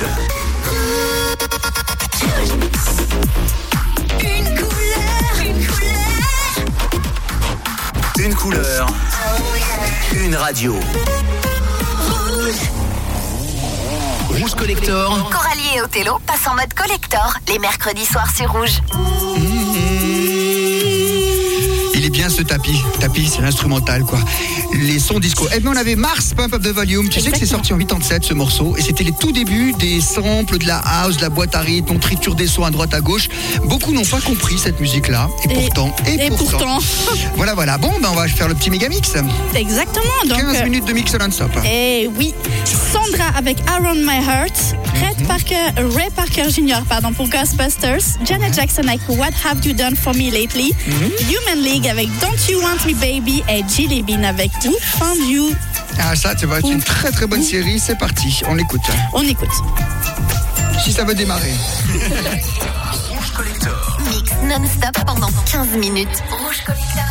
Rouge. Une couleur, une radio. Rouge Collector. Coralie et Othello passent en mode collector les mercredis soirs sur Rouge. Il est bien ce tapis. Tapis, c'est l'instrumental, quoi. Les sons disco. Et bien, on avait Mars, Pump Up the Volume. Tu sais que c'est sorti en 87, ce morceau. Et c'était les tout débuts des samples, de la house, de la boîte à rythme. On triture des sons à droite, à gauche. Beaucoup n'ont pas compris cette musique-là. Et pourtant. Voilà. Bon, ben, on va faire le petit méga mix. Exactement. Donc, 15 minutes de mix non-stop. Et oui. Sandra avec Around My Heart. Ray Parker Jr. pour Ghostbusters. Janet Jackson avec What Have You Done For Me Lately. Human League avec Don't You Want Me Baby. Et Jelly Bean avec Who Found You. Ah, ça va être une très très bonne série. C'est parti, on écoute. Si ça veut démarrer. Rouge Collector. Mix non-stop pendant 15 minutes. Rouge Collector.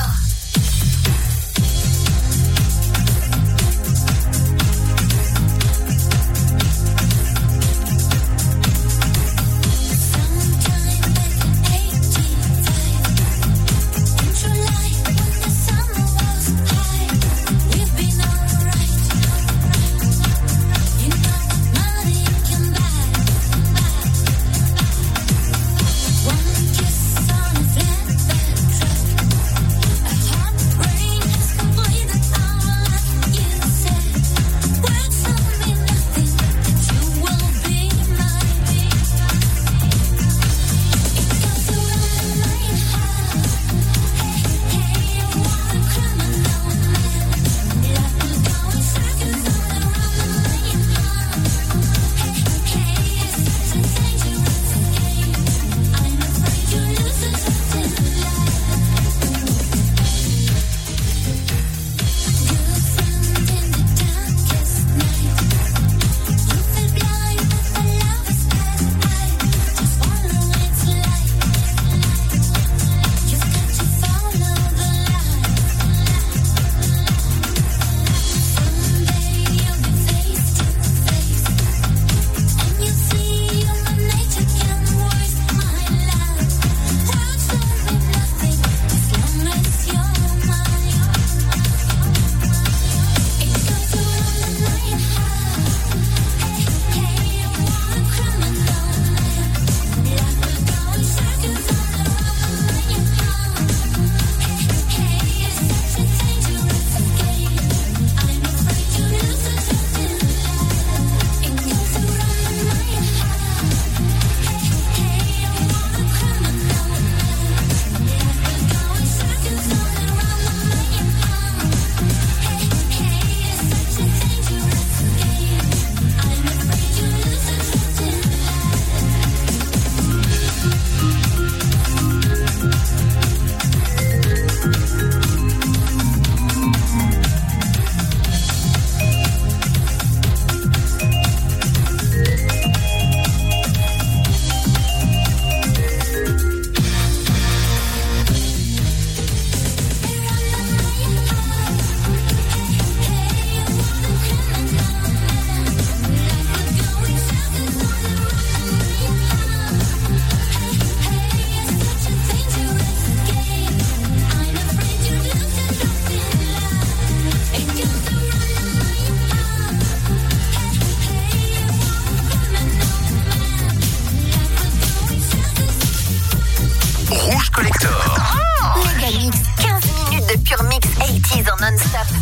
non-stop.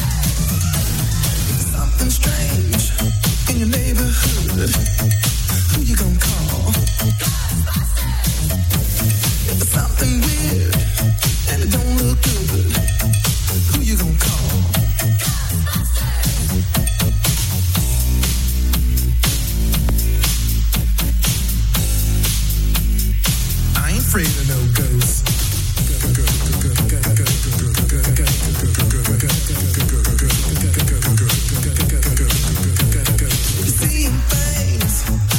Something strange in your neighborhood. Who you gonna call? Something weird and it don't look good. Who you gonna call? I ain't afraid of no ghosts. Seeing things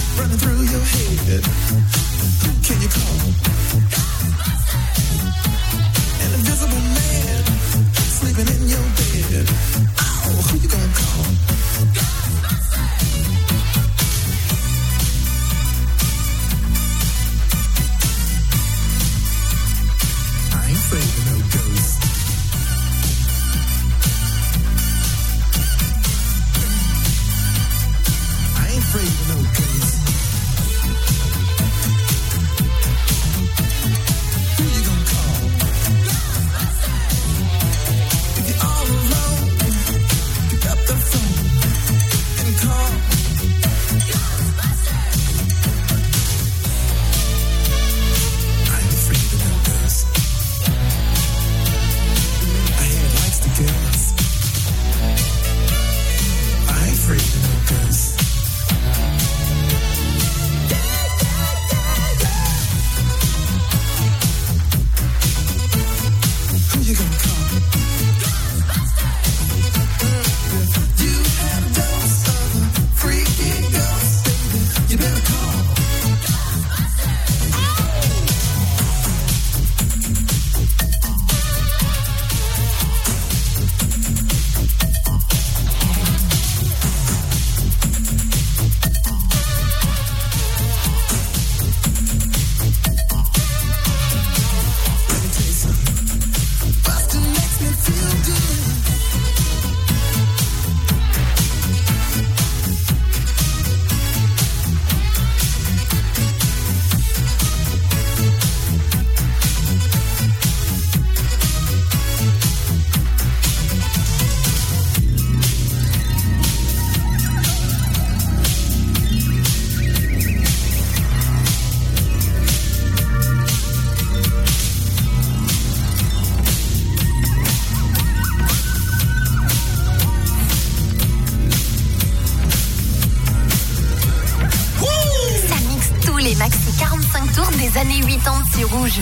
les années 80 sur Rouge.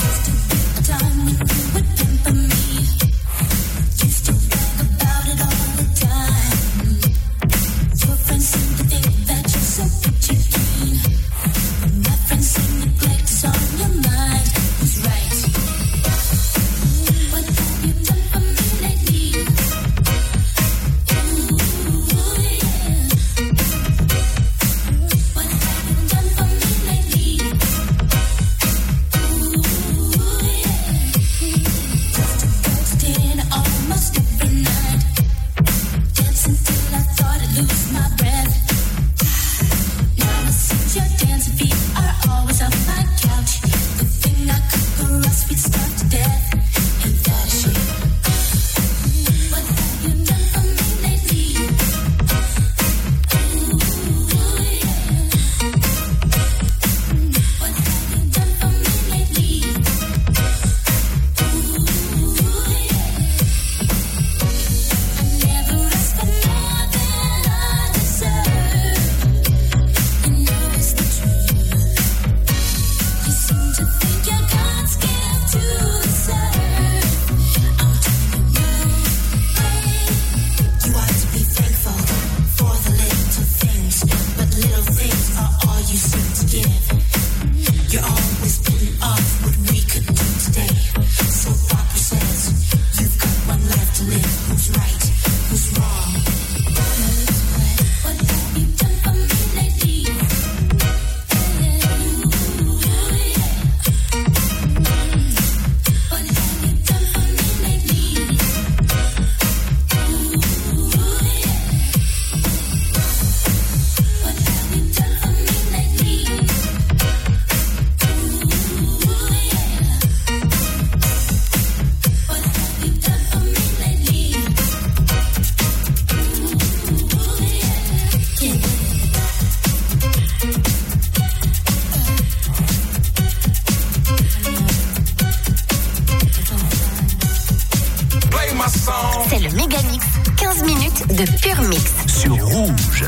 C'est le Mégamix, 15 minutes de pur mix. Sur Rouge.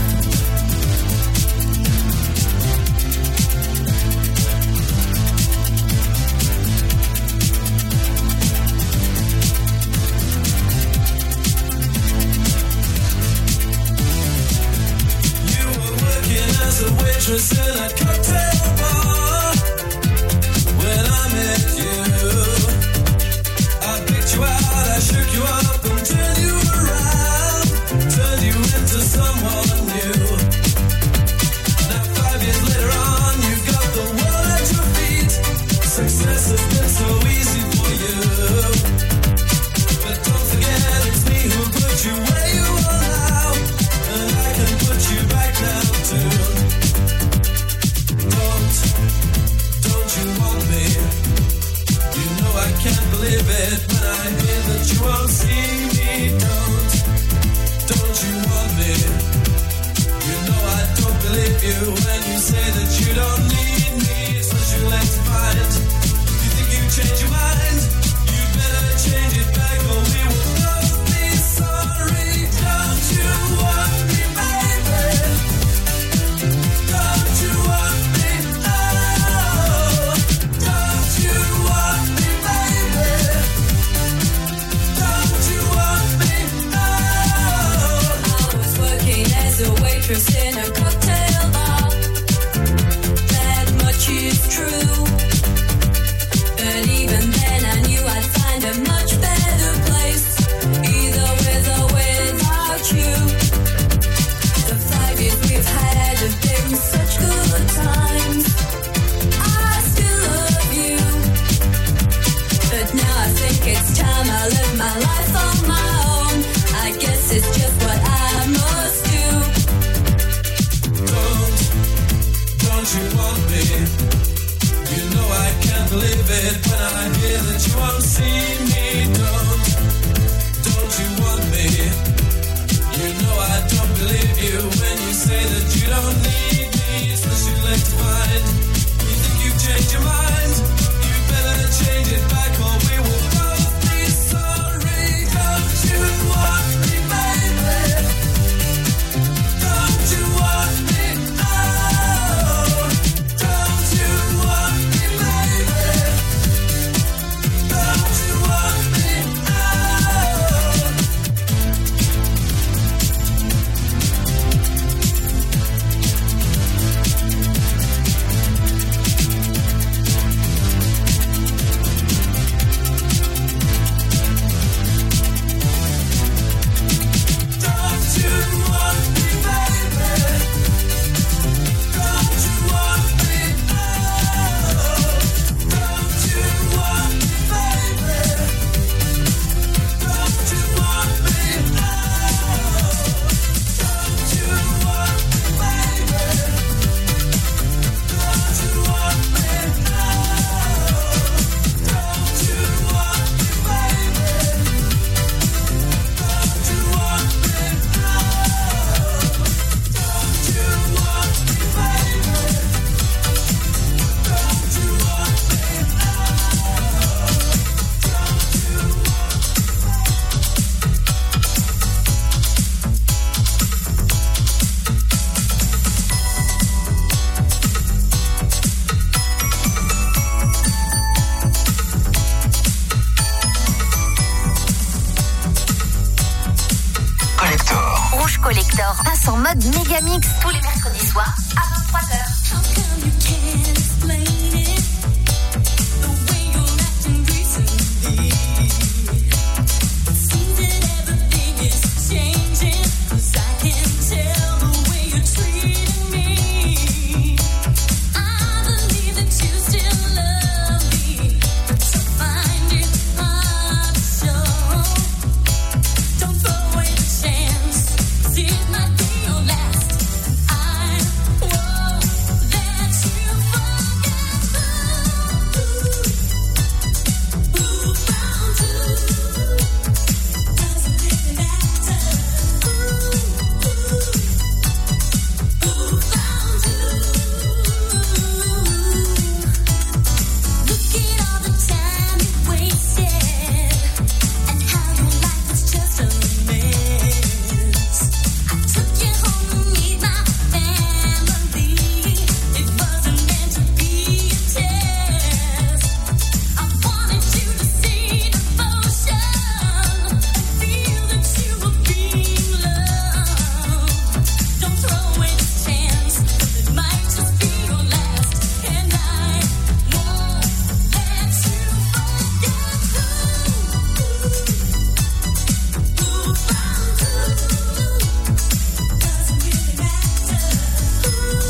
As a waitress in a cocktail bar, when I met you, I picked you out, I shook you up and turned you around, turned you into someone new. Now 5 years later on, you've got the world at your feet. Success has been so easy for you, but don't forget it's me who put you where you are now, and I can put you back now too. Don't you want me? You know I can't believe it when I hear that you won't see me. Don't you want me? You know I don't believe you when you say that you don't need me. So you let to find. You think you change your mind? You better change it back or we will both be sorry. Don't you want me, baby? Don't you want me? Waitress in a cocktail bar. That much is true. But even then I knew I'd find a much better place, either with or without you. The 5 years we've had have been such good times. I still love you, but now I think it's time I live my life on my own. I guess it's just what I must do. Don't you want me? You know I can't believe it when I hear that you won't see me. Don't you want me? You know I don't believe you when you say that you don't need me. It's what you like to find. You think you've changed your mind? You better change it back or we will both be sorry. Don't you want me, baby? Don't you want me? Don't you want me, baby? Rouge Collector passe en mode méga mix tous les mercredis soirs à 23h. How come you can't explain it? The way you're acting recently. It seems that everything is changing. 'Cause I can tell the way you're treating me. I believe that you still love me, but I find it hard to show. Don't throw away the chance, 'cause it might be your last. I won't let you forget who found you. Doesn't really matter who found you. Look at all the time you wasted, and how your life was just a mess. I took you home to meet my family. It wasn't meant to be a test. I wanted you to see devotion and feel that you were being loved. Don't throw away this chance, 'cause it might just be your last. And I won't let you forget who found you. Doesn't really matter who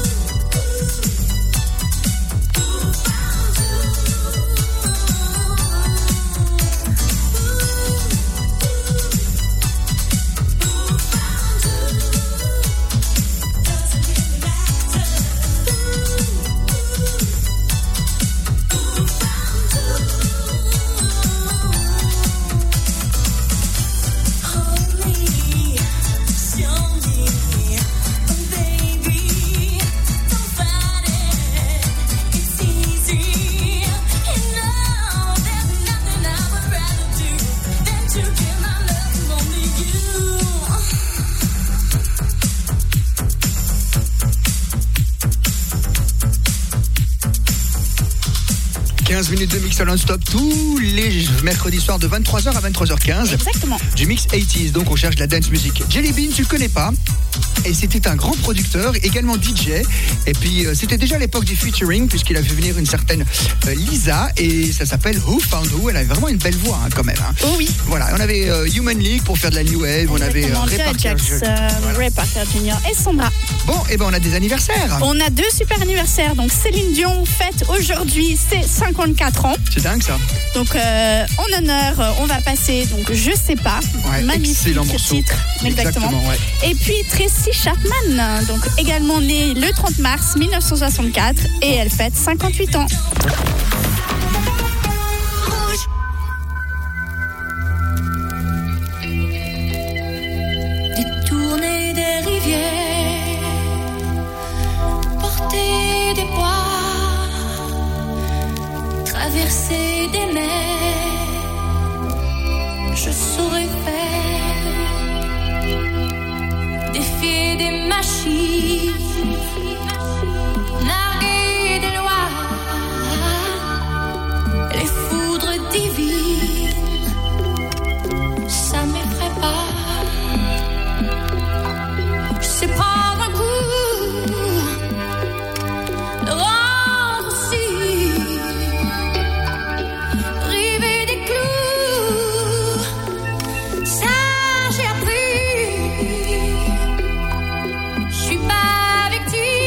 minutes de mix à non-stop tous les mercredis soirs de 23h à 23h15. Exactement. Du mix 80s, donc on cherche de la dance music. Jelly Bean, tu le connais pas. Et c'était un grand producteur, également DJ. Et puis c'était déjà à l'époque du featuring, puisqu'il a fait venir une certaine Lisa. Et ça s'appelle Who Found Who. Elle avait vraiment une belle voix quand même. Oh oui. Voilà, on avait Human League pour faire de la new wave. On avait Exactement, Ray Joe Parker Jackson, Voilà. Ray Parker Jr. et Sandra. Bon, et ben on a des anniversaires. On a 2 super anniversaires. Donc Céline Dion fête aujourd'hui ses 54 ans. C'est dingue ça. Donc en honneur, on va passer donc Je sais pas. Ouais, Magnifique excellent morceau. titre. Exactement. Ouais. Et puis Tracy Chapman, donc également née le 30 mars 1964 et elle fête 58 ans. Détourner des rivières, porter des poids, traverser des mers, je saurais faire. Défier des machines, narguer des lois, les foudres divines, ça m'effraie pas. Je sais prendre un coup, le rendre aussi, river des clous, ça j'ai appris. Je suis pas victime.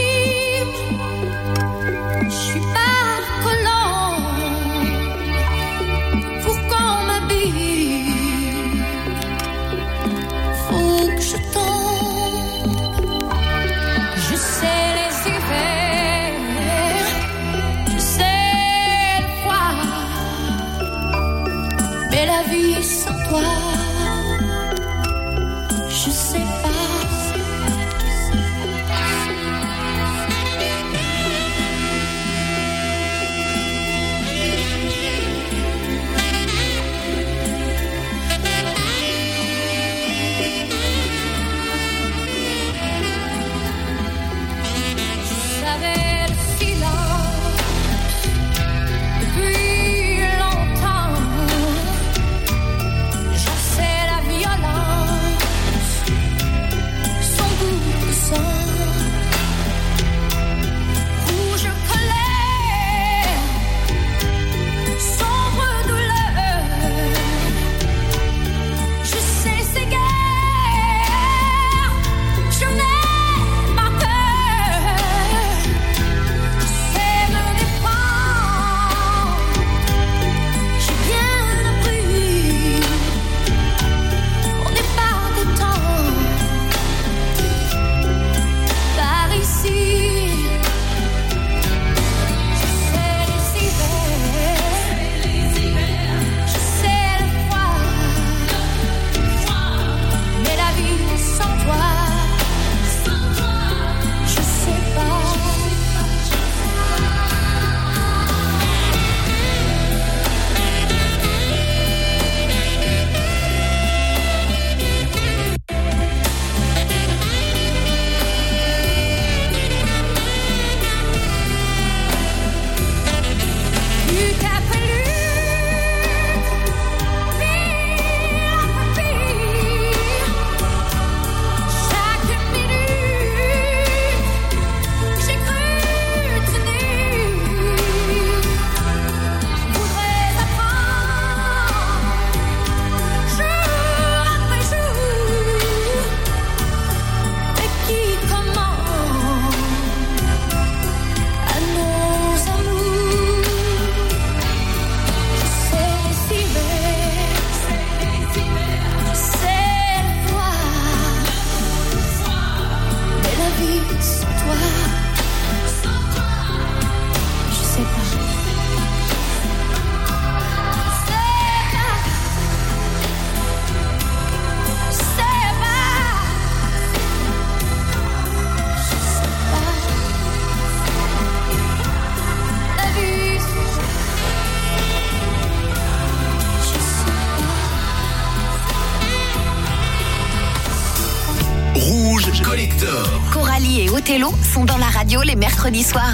Rouge Collector. Coralie et Othello sont dans la radio les mercredis soirs.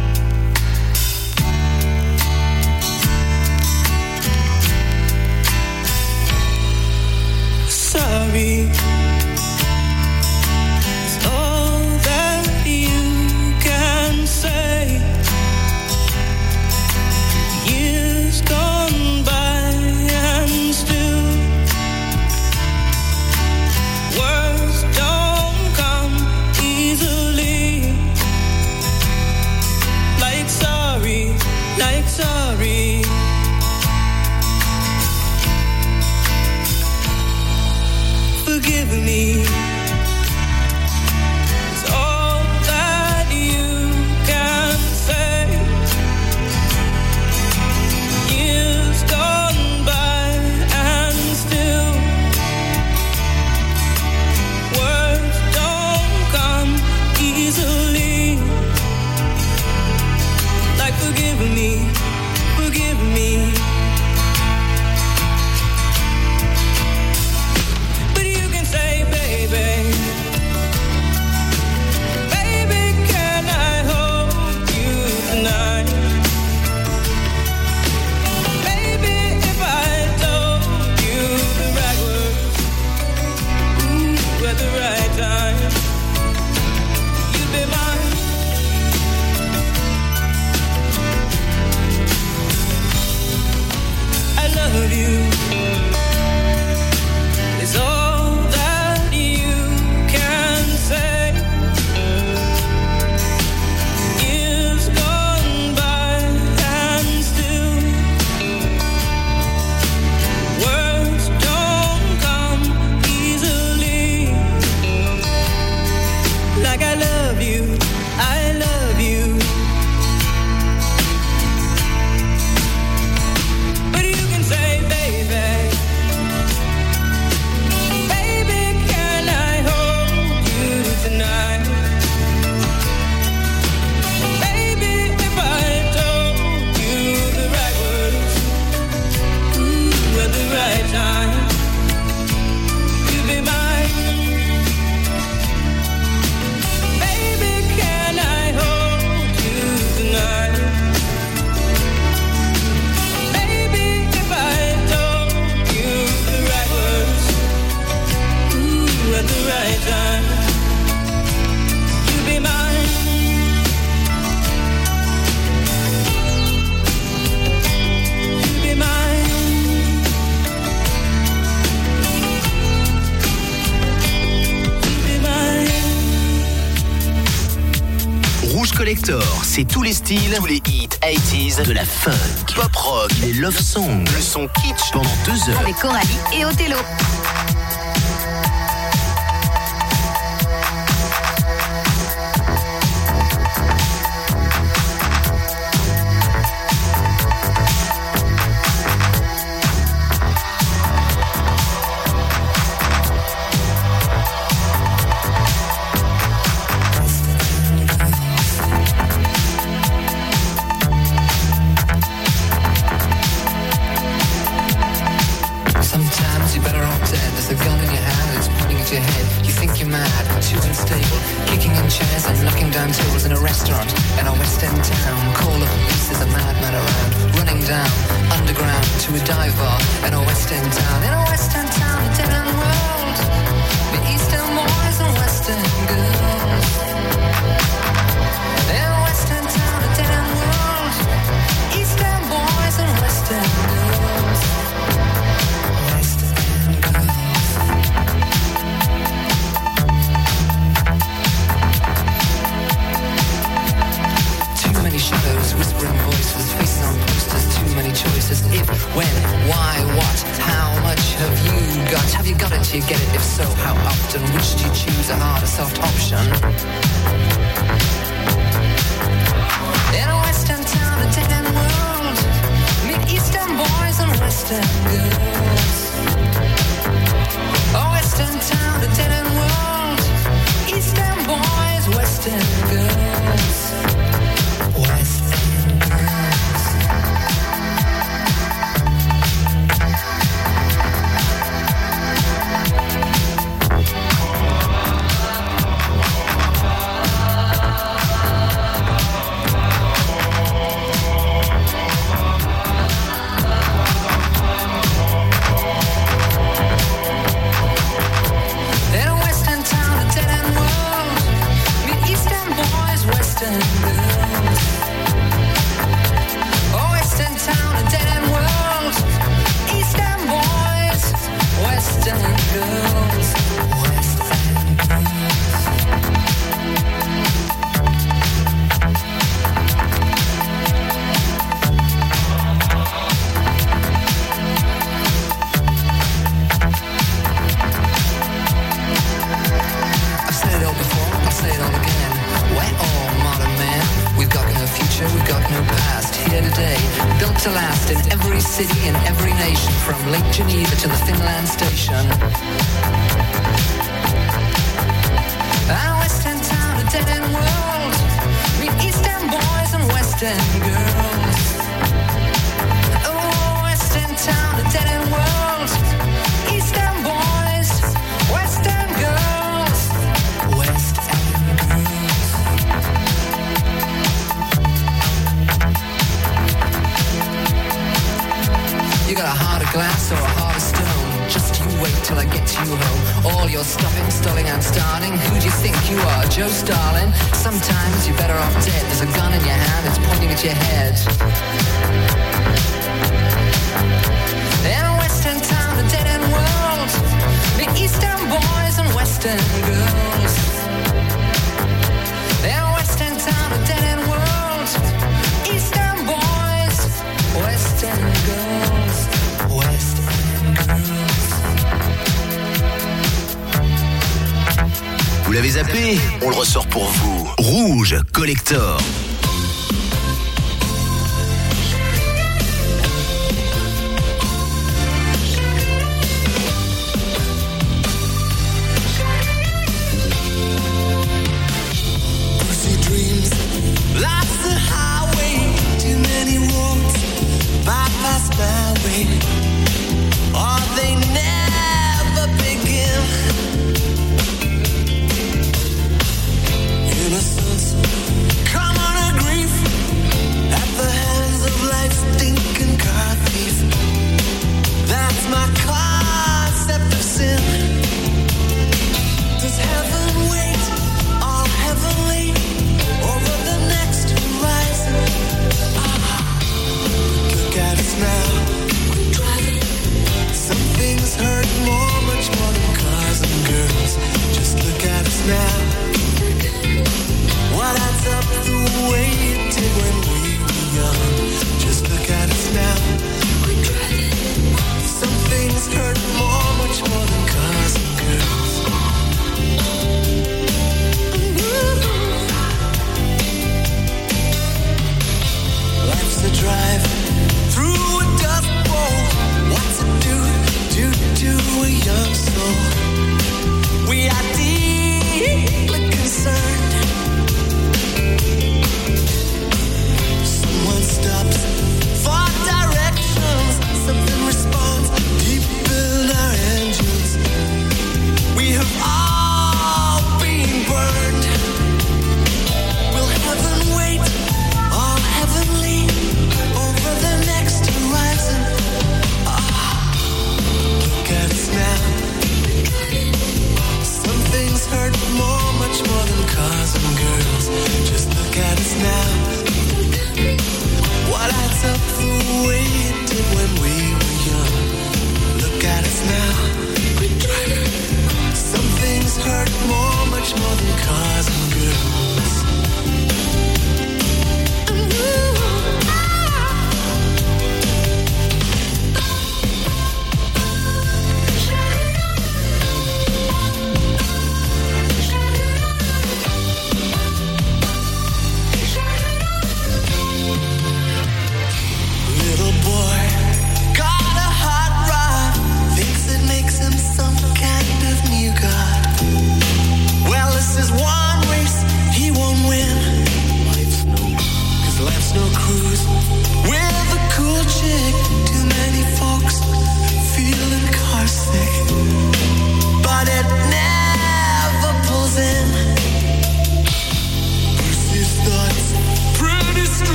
Sorry. It's all that you can say. Years gone by and still words don't come easily. Like sorry, like sorry. Forgive me. It's all that you can say. Years gone by and still words don't come easily. Like forgive me, forgive me. Say, baby, baby, can I hold you tonight? Baby, if I told you the right words, ooh, at the right time, you'd be mine. I love you. It's all Collector, c'est tous les styles, tous les hits 80s, de la funk, pop rock, les love songs, le son kitsch pendant 2 heures. Avec Coralie et Othello. city in every nation, from Lake Geneva to the Finland station. A West End town, a dead end world. Meet East End boys and West End girls. Oh, West End town, a dead end world. East End boys, West End girls. West End girls. You got a heart of glass or a heart of stone. Just you wait till I get to you home. All your stuffing, stalling and starting. Who do you think you are, Joe Starling? Sometimes you're better off dead. There's a gun in your hand, it's pointing at your head. In West End town, a dead end world. The East End boys and West End girls. In West End town, a dead end world. East End boys, West End girls. West End girls. Vous l'avez zappé? On le ressort pour vous. Rouge Collector. Life's a highway, too many roads, bypass my way, or they never begin. Innocence, common grief, at the hands of life's stinking car thief. That's my concept of sin. Does heaven wait, all heavenly? Over the next horizon. Look at us now. We're driving. Some things hurt more, much more than cars and girls. Just look at us now. What adds up the way it did when we were young? Just look at us now. We're driving. Some things hurt more, much more than cars and girls. Life's a drive through a dust bowl. What's it do to a young soul? We are deeply concerned. Someone stops for directions. Something responds deep in our engines. We have all been burned. Will heaven wait? All heavenly over the next horizon. Look at us now. Some things hurt more, much more than cars and girls. Just look at us now. What adds up the way it did when we were young? Look at us now. Some things hurt more, much more than cars and girls.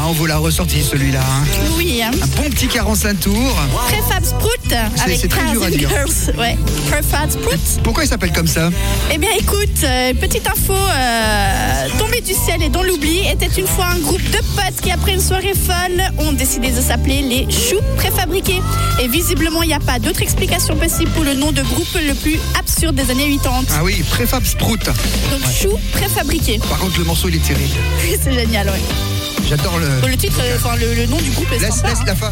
on vous l'a ressorti celui-là. Hein. Oui. Hein. Un bon petit 45 tours. Prefab Sprout avec c'est très Cars dur à and dire. Girls. Ouais. Prefab Sprout. Pourquoi il s'appelle comme ça? Eh bien, écoute, petite info tombée du ciel et dans l'oubli, était une fois un groupe de potes qui, après une soirée folle, ont décidé de s'appeler les Choux Préfabriqués. Et visiblement, il n'y a pas d'autre explication possible pour le nom de groupe le plus absurde des années 80. Ah oui, Prefab Sprout. Donc, Choux Préfabriqués. Par contre, le morceau, il est terrible. C'est génial, ouais. J'adore le... Bon, le titre, le nom du groupe est Laisse sympa. Hein. la fin.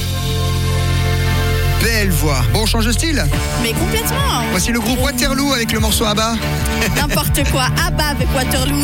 Belle voix. Bon, on change de style. Mais complètement. Voici le groupe Waterloo avec le morceau ABBA. N'importe quoi. ABBA avec Waterloo.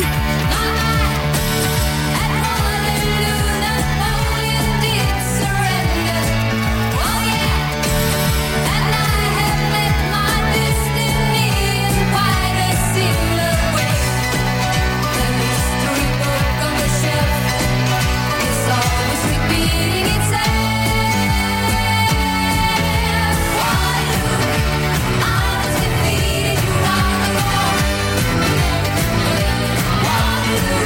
Waterloo.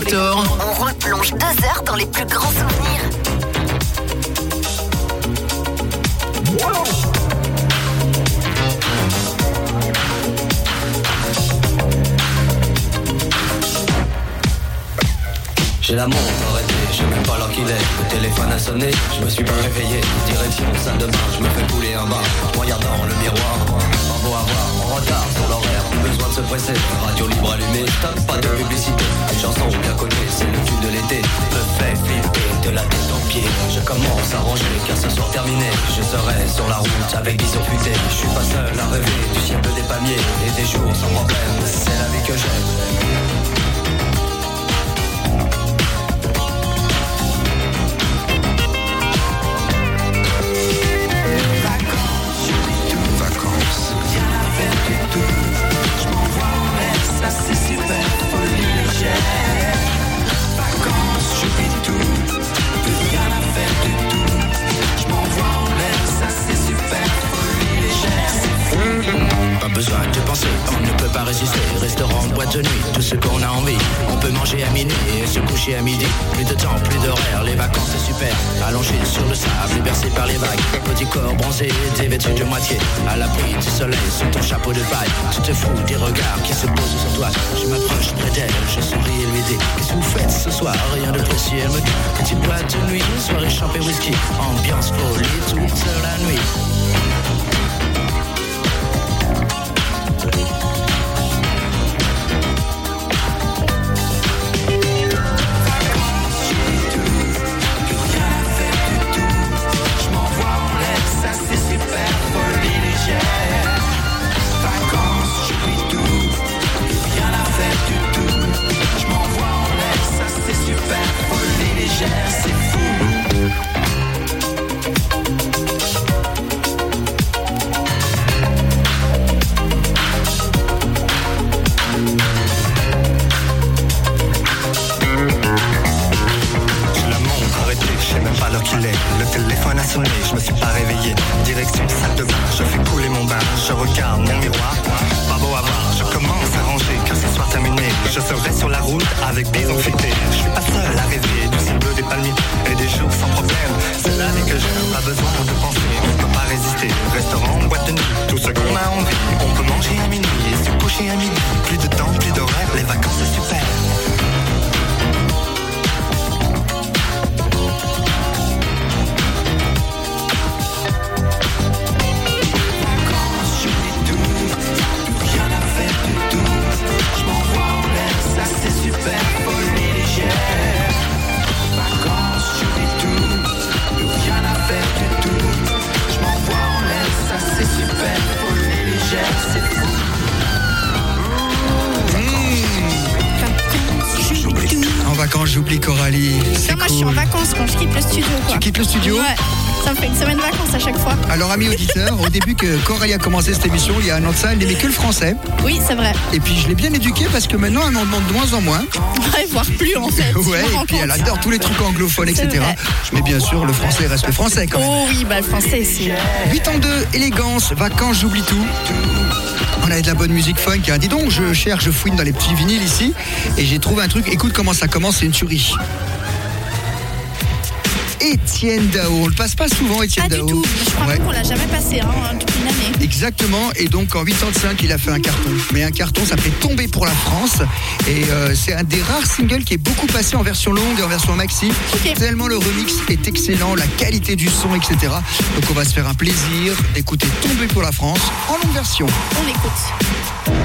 Victor. On replonge 2 heures dans les plus grands souvenirs. J'ai la montre arrêtée, je sais même pas l'heure qu'il est. Le téléphone a sonné, je me suis pas réveillé. Direction salle de bain, je me fais couler un bain. Je regarde dans le miroir, pas beau à voir, en retard sur l'horaire. Plus besoin de se presser, radio libre allumée. Tape pas de publicité, une chanson bien connue, c'est le tube de l'été. Me fait flipper de la tête aux pieds. Je commence à ranger car ce soir terminé. Je serai sur la route avec vision futée. Je suis pas seul à rêver du ciel des palmiers et des jours sans problème. C'est la vie que j'aime. Besoin de penser, on ne peut pas résister. Restaurant, boîte de nuit, tout ce qu'on a envie. On peut manger à minuit et se coucher à midi. Plus de temps, plus d'horaire, les vacances c'est super. Allongé sur le sable, bercé par les vagues. Petit corps bronzé, dévêtu de moitié. À l'abri du soleil, sous ton chapeau de paille. Tu te fous des regards qui se posent sur toi. Je m'approche près d'elle, je souris et lui dis: qu'est-ce que vous faites ce soir? Rien de précis, elle me dit: petite boîte de nuit, soirée champée whisky. Ambiance folie toute la nuit. Je me suis pas réveillé, direction salle de bain. Je fais couler mon bain, je regarde mon miroir. Pas beau à voir, je commence à ranger car ce soir terminé, je serai sur la route avec des enfités. Je suis pas seul à rêver du ciel bleu des palmiers et des jours sans problème. C'est la vie que j'aime, pas besoin de penser, on peut pas résister. Restaurant, boîte de nuit, tout ce qu'on a envie. On peut manger à minuit et se coucher à midi. Plus de temps, plus d'horaire, les vacances c'est super. Vacances, j'oublie Coralie. C'est moi cool. je suis en vacances quand je quitte le studio quoi. Tu quittes le studio? Ouais, ça me fait une semaine de vacances à chaque fois. Alors amis auditeurs, au début que Coralie a commencé cette émission, il y a un an de ça, elle n'aimait que le français. Oui, c'est vrai. Et puis je l'ai bien éduquée parce que maintenant elle m'en demande de moins en moins. Ouais, voire plus en fait. Ouais, et puis elle adore tous les trucs anglophones, etc. Vrai. Mais bien sûr, le français reste le français quand même. Oh oui, bah le français c'est... 8 ans 2, élégance, vacances, j'oublie tout. On a de la bonne musique funk. Hein. Dis donc, je cherche, je fouine dans les petits vinyles ici et j'ai trouvé un truc. Écoute comment ça commence, c'est une tuerie. Étienne Dao, on le passe pas souvent, Étienne Dao. Pas du tout, je crois même qu'on l'a jamais passé depuis une année. Exactement, et donc en 85 il a fait un carton. Mais un carton, ça fait tomber pour la France. Et c'est un des rares singles qui est beaucoup passé en version longue et en version maxi. Okay. Tellement le remix est excellent, la qualité du son, etc. Donc on va se faire un plaisir d'écouter Tomber pour la France en longue version. On l'écoute.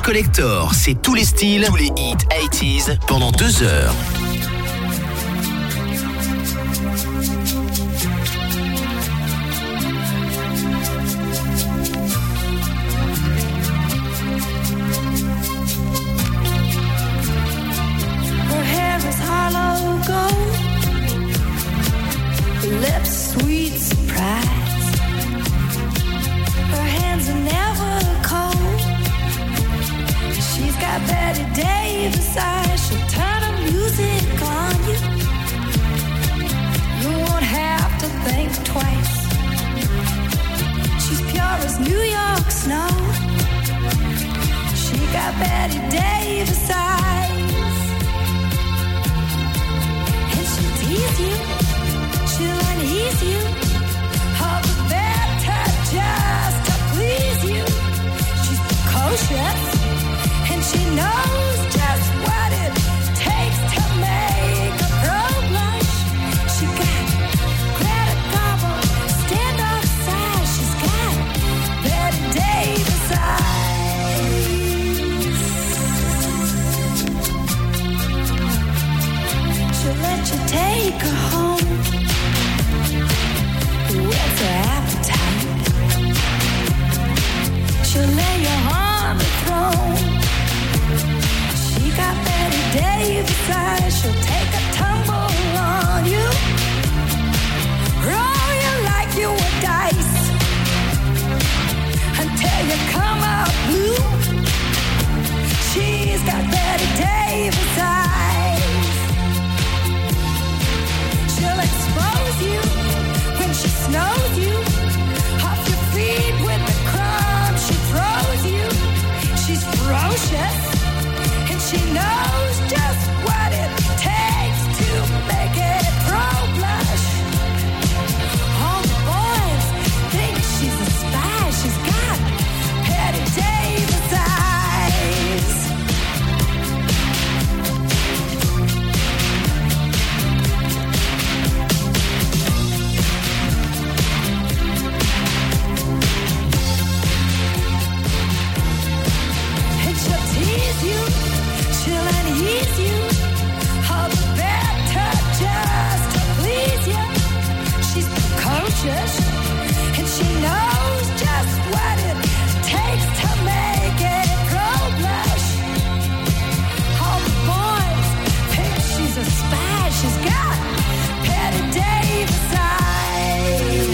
Collector, c'est tous les styles, tous les hits 80s pendant 2 heures. Her hair is hollow gold, her lips sweet surprise. Her hands are never cold. She's got Betty Davis eyes. She'll turn her music on you. You won't have to think twice. She's pure as New York snow. She got Betty Davis eyes. And she'll tease you, she'll unease you, all the better just to please you. She's precocious, and she knows just what it takes to make a pro blush. She got Greta Garbo, standoff size. She's got Betty Davis eyes. She'll let you take her home. Where's her appetite? She'll lay you on the throne. She got Betty Davis eyes. She'll take a tumble on you, roll you like you were dice, until you come out blue. She's got Betty Davis eyes. She'll expose you when she snows you, off your feet with the crumbs she throws you. She's ferocious, and she knows just what it takes to make it pro blush. All the boys think she's a spy. She's got Betty Davis eyes. And she'll tease you, she'll unease you, all the better just to please you. She's precocious, and she knows just what it takes to make it pro blush. All the boys think she's a spy. She's got Betty Davis eyes.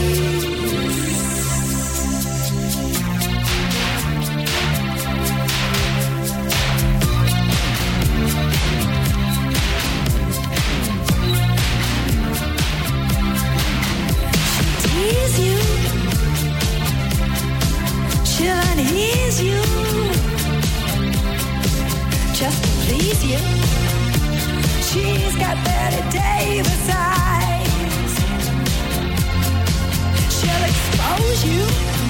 Tease you, she'll unease you, just to please you. She's got Betty Davis eyes. She'll expose you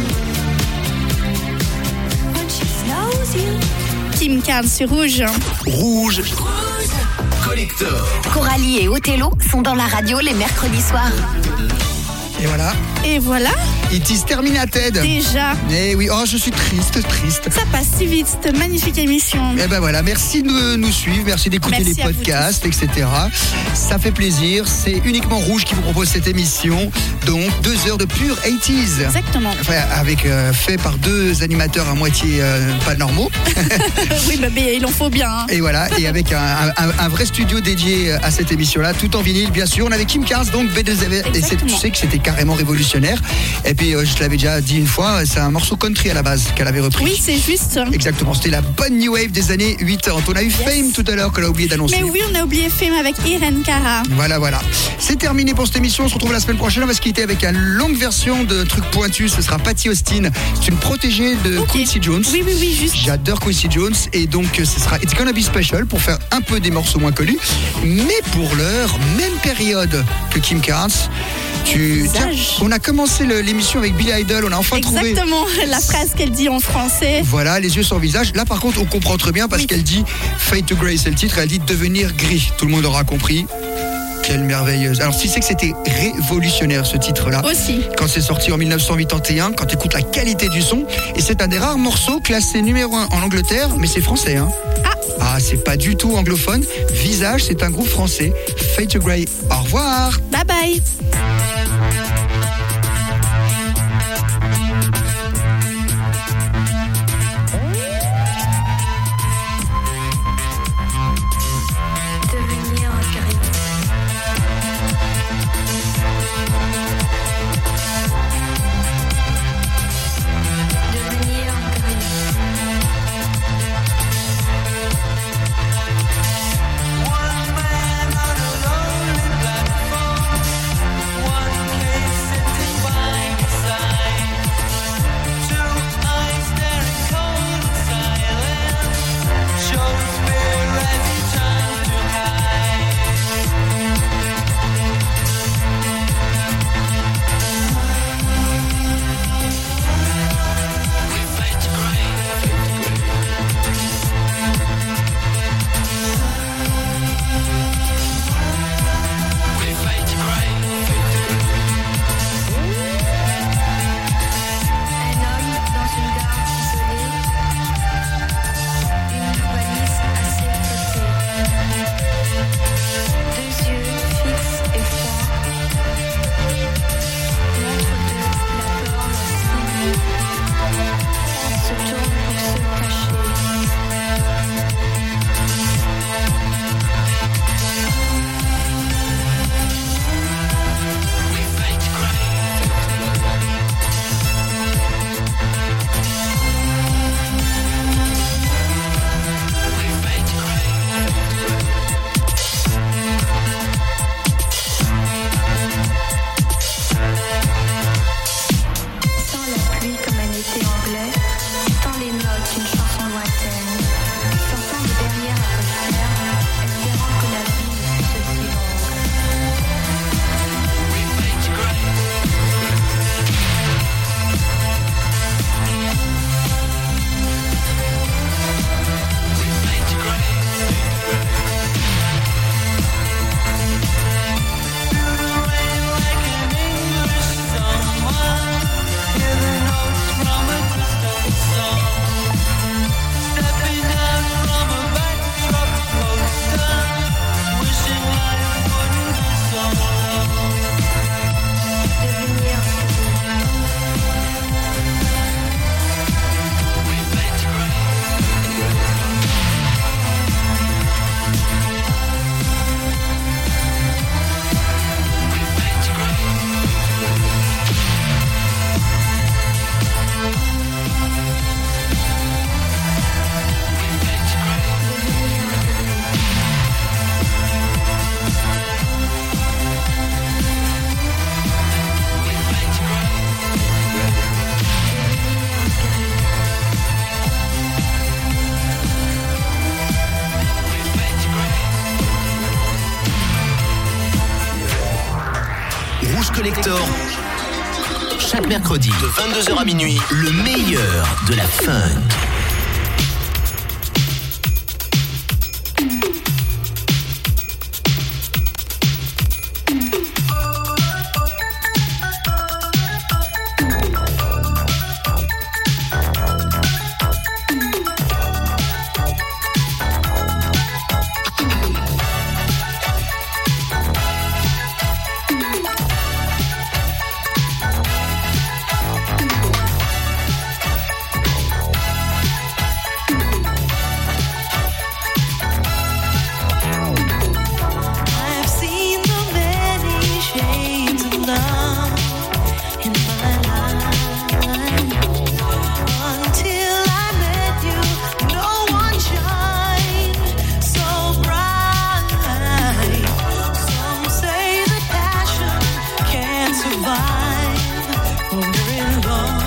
when she snows you. Kim Carnes sur Rouge. Rouge Collector. Coralie et Othello sont dans la radio les mercredis soirs. Et voilà. Et voilà, It is terminated. déjà. Eh oui, oh je suis triste. Ça passe si vite, cette magnifique émission. Eh ben voilà, merci de nous suivre, merci d'écouter Merci les à vous podcasts, etc. Ça fait plaisir. C'est uniquement Rouge qui vous propose cette émission. Donc 2 heures de pure 80s. Exactement. Enfin, avec fait par 2 animateurs à moitié pas normaux. Oui, bah, il en faut bien. Hein. Et voilà, et avec un vrai studio dédié à cette émission-là, tout en vinyle, bien sûr. On avait Kim Carnes, donc B2V, et tu sais que c'était carrément révolutionnaire. Et puis, je te l'avais déjà dit une fois, c'est un morceau country à la base qu'elle avait repris. Oui, c'est juste. Exactement, c'était la bonne new wave des années 80. On a eu Fame tout à l'heure qu'on a oublié d'annoncer. Mais oui, on a oublié Fame avec Irene Cara. Voilà. C'est terminé pour cette émission. On se retrouve la semaine prochaine. On va se quitter avec une longue version de trucs pointus. Ce sera Patty Austin. C'est une protégée de Quincy Jones. Oui, juste. J'adore Quincy Jones. Et donc, ce sera It's Gonna Be Special pour faire un peu des morceaux moins connus. Mais pour l'heure, même période que Kim Carnes. Tiens, on a commencé l'émission avec Billy Idol. On a enfin trouvé. Exactement, la phrase qu'elle dit en français. Voilà, les yeux sur le visage. Là, par contre, on comprend très bien parce qu'elle dit Fade to Grey, c'est le titre. Elle dit devenir gris. Tout le monde aura compris. quelle merveilleuse. Alors, tu sais que c'était révolutionnaire ce titre-là. Aussi. Quand c'est sorti en 1981, quand tu écoutes la qualité du son. Et c'est un des rares morceaux classés numéro 1 en Angleterre, mais c'est français. Hein. Ah, c'est pas du tout anglophone. Visage, c'est un groupe français. Fade to Grey. Au revoir. Bye bye. Devenir gris. Devenir gris. One man on a lonely platform, one case sitting by his side, two eyes staring cold and silent, shows fear as he tries to hide. We fade to grey. We fade to grey. Un homme dans une gare isolée, une valise à ses côtés, deux yeux fixes et froids, montre de la peur l'assime, se tourne pour se cacher. We fade to grey. We fade to grey. Sans la pluie comme un été anglais, tant les notes d'une chanson lointaine, sortant de derrière un refaire, espérant que la vie ne fût aussi longue. We fade to grey. We fade to grey. Through the rain like an English someone, hear the notes from a distant song. Stepping out from a backdrop poster, wishing life wouldn't be so long. Devenir We fade to grey. We fade to grey. We fade to grey. We fade to grey. We fade to grey. Rouge Collector. Chaque mercredi de 22h à minuit, le meilleur de la funk. I've seen the many shades of love in my life. Until I met you, no one shined so bright. Some say that passion can't survive when we're in love.